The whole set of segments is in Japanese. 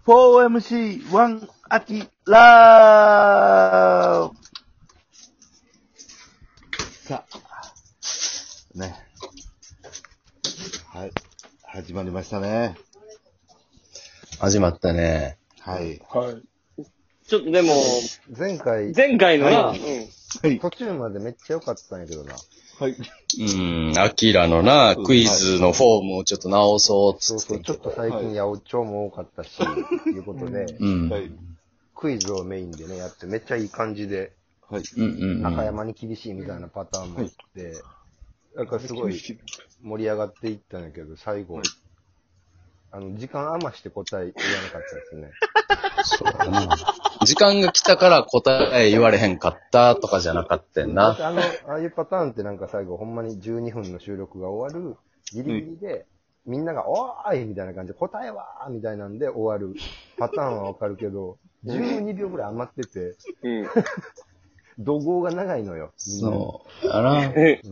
4MC1 アキラーさあ、ね。はい。始まりましたね。 始まったね。 はい。 はい。ちょっとでも、 前回のな、 はい。 途中までめっちゃ良かったんやけどな。 はい。 アキラのな、クイズのフォームをちょっと直そうっつって。 そうそう、ちょっと最近八百長も多かったし、いうことで、 はい。 クイズをメインでね、やってめっちゃいい感じで、 はい。 中山に厳しいみたいなパターンもあって、なんかすごい盛り上がっていったんやけど、最後、時間余して答え言わなかったですね。 そうだな。時間が来たから答え言われへんかったとかじゃなかったんな。 ああいうパターンってなんか最後ほんまに12分の収録が終わるギリギリで、みんながおーいみたいな感じで答えはーみたいなんで終わるパターンはわかるけど、12秒ぐらい余ってて、怒号が長いのよ。 そうやな。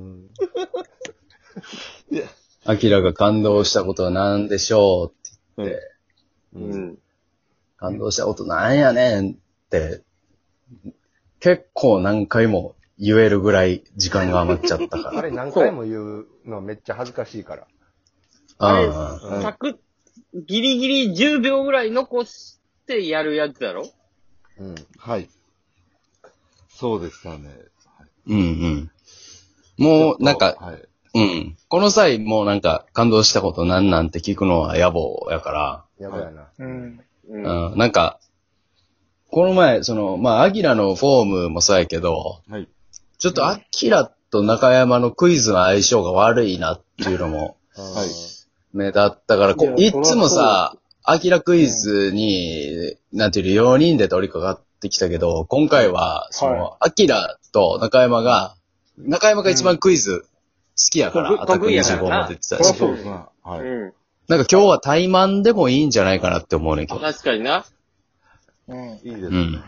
いや、 アキラが感動したことは何でしょうって言って、感動したことなんやねんって、結構何回も言えるぐらい時間が余っちゃったから。 あれ何回も言うのめっちゃ恥ずかしいから。 あれ、ギリギリ10秒ぐらい残してやるやつだろ？ はい。そうでしたね。 もう、なんか、この際、もうなんか、感動したことなんなんて聞くのは野望やから。 やばいな。 なんか、この前、アキラのフォームもそうやけど、ちょっとアキラと中山のクイズの相性が悪いなっていうのも、目立ったから、いつもさ、アキラクイズに、なんていうの、4人で取り掛かってきたけど、今回は、アキラと中山が一番クイズ好きやから、アタック25も出てたし。なんか今日は怠慢でもいいんじゃないかなって思うねんけど。 確かにな。 いいですね。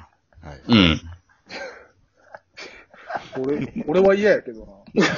俺は嫌やけどな。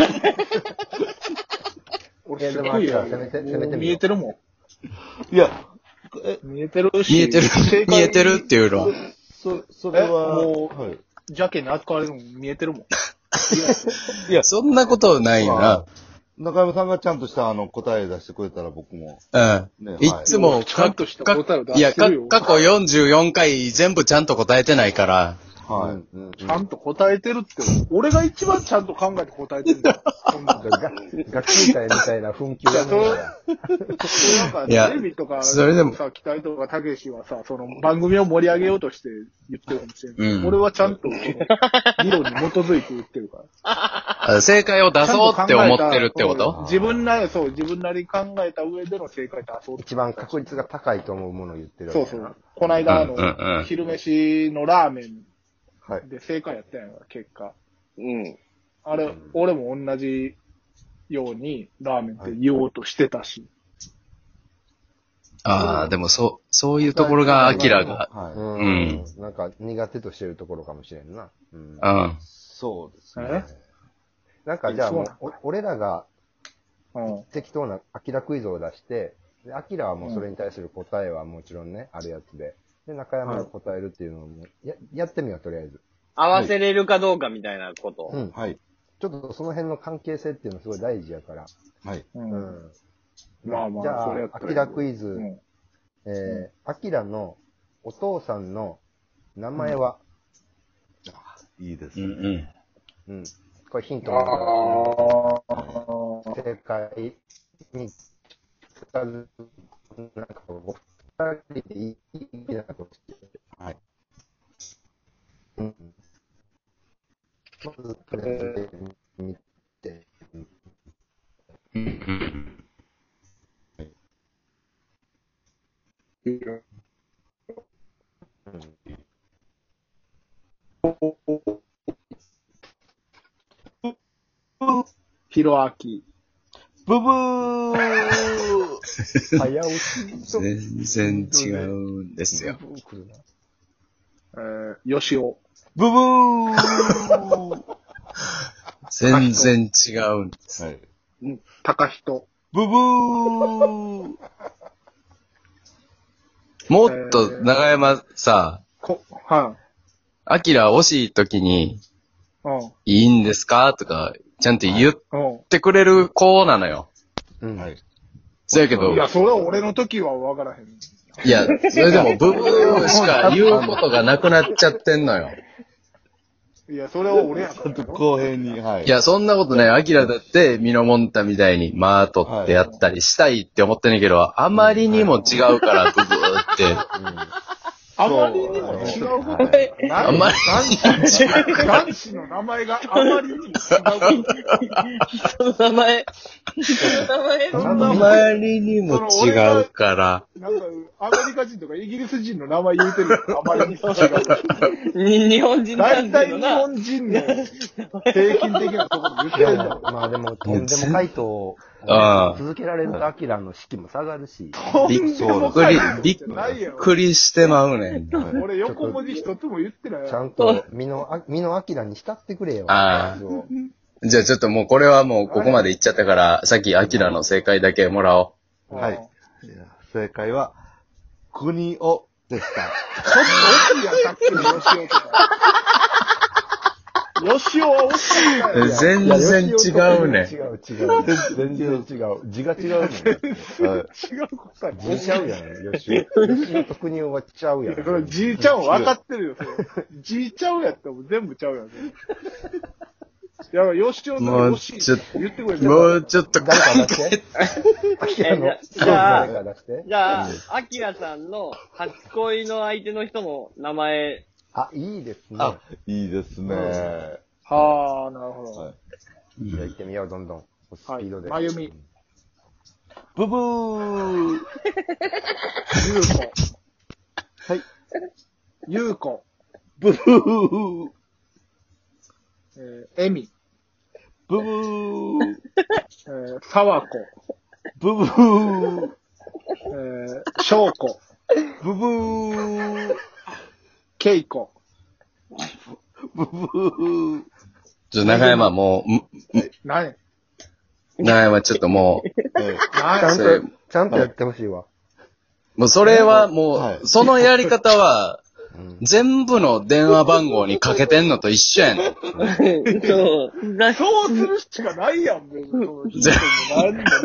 俺でも攻めて見えてるもん。 いや、 見えてるし。 見えてるっていうのは。 それは、 もう、邪気に扱われるの見えてるもん。 いや、そんなことないよな。 中山さんがちゃんとした答え出してくれたら僕も。 いつも、 ちゃんとした答えを出してるよ。 過去44回全部ちゃんと答えてないから。 ちゃんと答えてるって、俺が一番ちゃんと考えて答えてるんだよ。 学習会みたいな紛糾がなんか、テレビとか、 それでもさ、期待とか、たけしはさ、番組を盛り上げようとして言ってるかもしれない。俺はちゃんと、理論に基づいて言ってるから。 正解を出そうって思ってるってこと？ 自分なりに考えた上での正解出そう。 一番確率が高いと思うものを言ってる。 そう。この間昼飯のラーメンで正解やったやんか、結果。あれ、俺も同じようにラーメンって言おうとしてたし。 でもそういうところがアキラが。 なんか苦手としてるところかもしれんな。 そうですね。 なんかじゃあもう、俺らが適当なアキラクイズを出して、アキラはもうそれに対する答えはもちろんね、あるやつで。で、中山が答えるっていうのをやってみよう、とりあえず。 合わせれるかどうかみたいなこと。 ちょっとその辺の関係性っていうのすごい大事やから。 まあ、 じゃあ、アキラクイズ、アキラのお父さんの名前は、 いいですね。 これヒントも正解に近づく、なんかお二人でいいなとして。まず、これで見て。 ひろあき。 ブブー早押し。 全然違うんですよ。 よしお。 ブブー全然違うんです。 たかひと。 ブブーもっと長山さ、 はい。 アキラ惜しい時に、いいんですかとか、ちゃんと言ってくれる子なのよ。 はい。 そうやけど。 いや、それは俺の時は分からへん。 いや、それでもブブーしか言うことがなくなっちゃってんのよ。 いや、それは俺やから。 公平に、はい。 いや、そんなことない。アキラだって、ミノモンタみたいに、取ってやったりしたいって思ってんねんけど、あまりにも違うから、ブブーって。 あまりにも違うことあまりにも違う。 男子の名前があまりにも違うこと人の名前。 あまりにも違うから。 なんか、アメリカ人とかイギリス人の名前言うてるのあまりにも違う。 日本人なんだよな。 大体日本人の平均的なところ言ってんだよ。 まあでも、とんでも回答を続けられるとアキラの士気も下がるし。 びっくりしてまうねん。 俺横文字一つも言ってない。 ちゃんと、ミノアキラに浸ってくれよ。 じゃあちょっともうこれはもうここまで言っちゃったから、さっきアキラの正解だけもらおう。はい。正解は、国をでした。 ちょっと大きいやん、さっきの吉尾とか。吉尾は大きいやん。 全然違うね。 違う。全然違う。字が違うね。 違うことは字ちゃうやん、吉尾と国をはちゃうやん。 それ字ちゃう分かってるよ、それ。字ちゃうやったらもう全部ちゃうやん。いや、吉尾の吉尾言ってくれ。 もうちょっと誰か出して。アキラの、 じゃあ、アキラさんの初恋の相手の人の名前。 あ、いいですね。 あ、いいですね。 はあ、なるほど。 じゃあ行ってみよう、どんどん。スピードで。 まゆみ。 ブブー。 ゆうこ。 はい。 ゆうこ。 ブブー。 えみ。 ブブー。 さわこ。 ブブー。 しょうこ。 ブブー。 けいこ。 ブブー。 長山もう、 何長山ちょっともう、 ちゃんとやってほしいわ。 もうそれはもう、そのやり方は、全部の電話番号にかけてんのと一緒やねん。 そうするしかないやん、別に。ないねんから。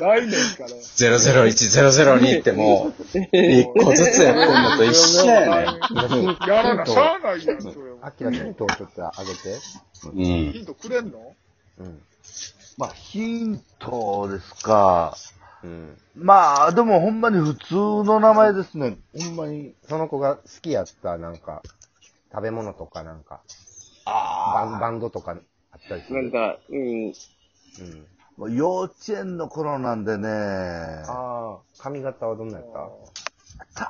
00102ってもう、一個ずつやってんのと一緒やねん。 やらな、しゃあないやん、それは。 アキラヒントをちょっとあげて。 ヒントくれんの？ まあ、ヒントですか。まあ、でもほんまに普通の名前ですね。ほんまに。 その子が好きやったなんか、食べ物とかなんか、バンドとかあったりする。 なんか、 もう幼稚園の頃なんでね。 髪型はどんなやった？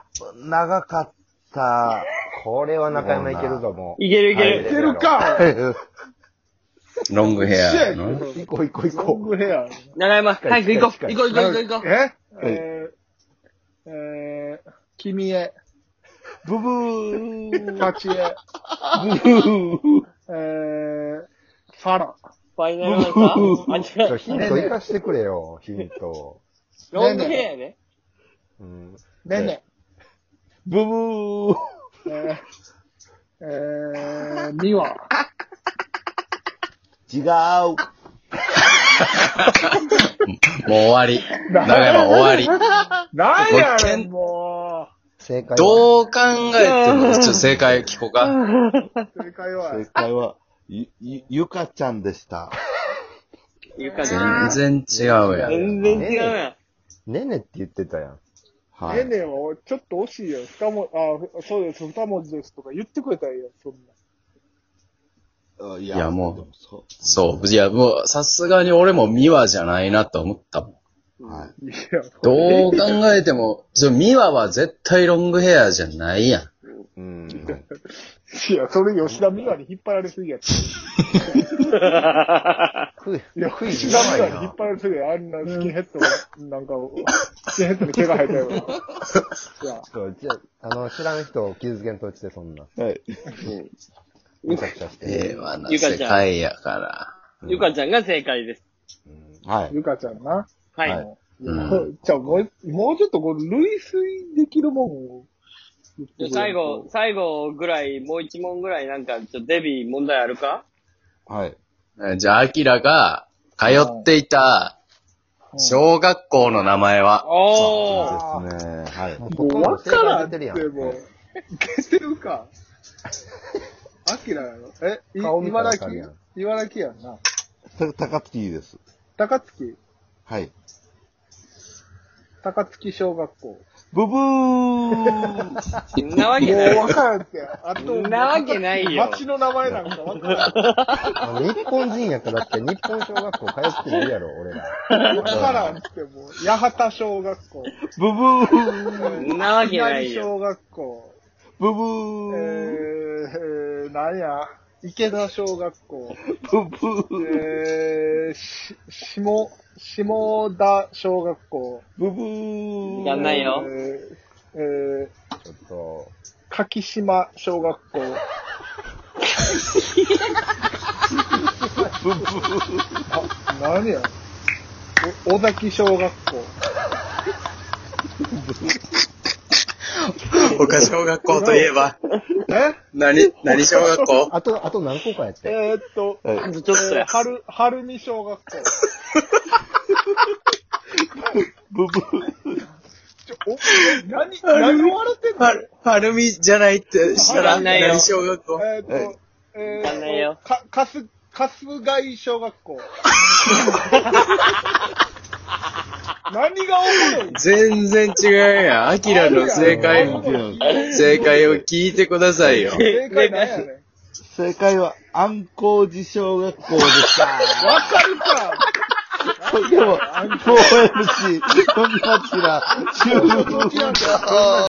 多分長かった。 これは中山いけるぞ、もう。 いける。 いけるか。 ロングヘア。 行こう。 ロングヘア。 長山、早く行こう。 君へ。 ブブー。 パチへ。 ブブー。 ファラ。 ファイナルアンサー？違う。 ヒント生かしてくれよ、ヒント。 ロングヘアね。 ねね。 ブブー。 ミワ。 違う。 もう終わり。長山終わり。 なんやねん、もう。正解はどう考えても、正解聞こうか。 正解は、ゆかちゃんでした。 全然違うやん。 全然違うやん。ねねって言ってたやん。 ねねはちょっと惜しいよ。そうです、二文字ですとか言ってくれたらいいよ、そんな。 いや、もう、そう。いや、もう、さすがに俺もミワじゃないなと思ったもん。どう考えても、ミワは絶対ロングヘアじゃないやん。 いや、それ吉田美和に引っ張られすぎやった。いや、吉田美和に引っ張られすぎや。あんなスキンヘッド、なんか、スキンヘッドに毛が生えたよ。 じゃあ、知らん人を傷つけんとして、そんな。 はい。 平和な世界やから。 ゆかちゃんが正解です。 はい。 ゆかちゃんな。 はい。 じゃあもうちょっとこう、類推できるもんを最後ぐらい、もう一問ぐらいなんか、デビ問題あるか？ はい。 じゃあ、アキラが通っていた小学校の名前は？ おー。ですね。はい。 もうわからんってもう。出てるか。アキラやろ。茨城やんな。 高槻です。 高槻？ はい。 高槻小学校。 ブブーなわけない。 もうわからんって。 なわけないよ。 町の名前なんかわからん。 日本人やったらだって日本小学校通ってるやろ、俺ら。 わからんってもう。八幡小学校。 ブブーなわけないよ。 小学校。 ブブーなんや。池田小学校。 ブブー下田小学校。 ブブーやんないよ。 ちょっと。 柿島小学校。 ブブー何や。尾崎小学校。 他小学校といえば。何小学校？ あと何校かやって。 あとちょっとや。 春見小学校。 ブブ何言われてんの？ 春見じゃないってしたら何小学校？ 春日井小学校。何がおもろい？ 全然違うやん。アキラの正解を聞いてくださいよ。 正解何やねん。 正解は、安光寺小学校でした。 わかるか。 でも、4MC、富松ら、終了。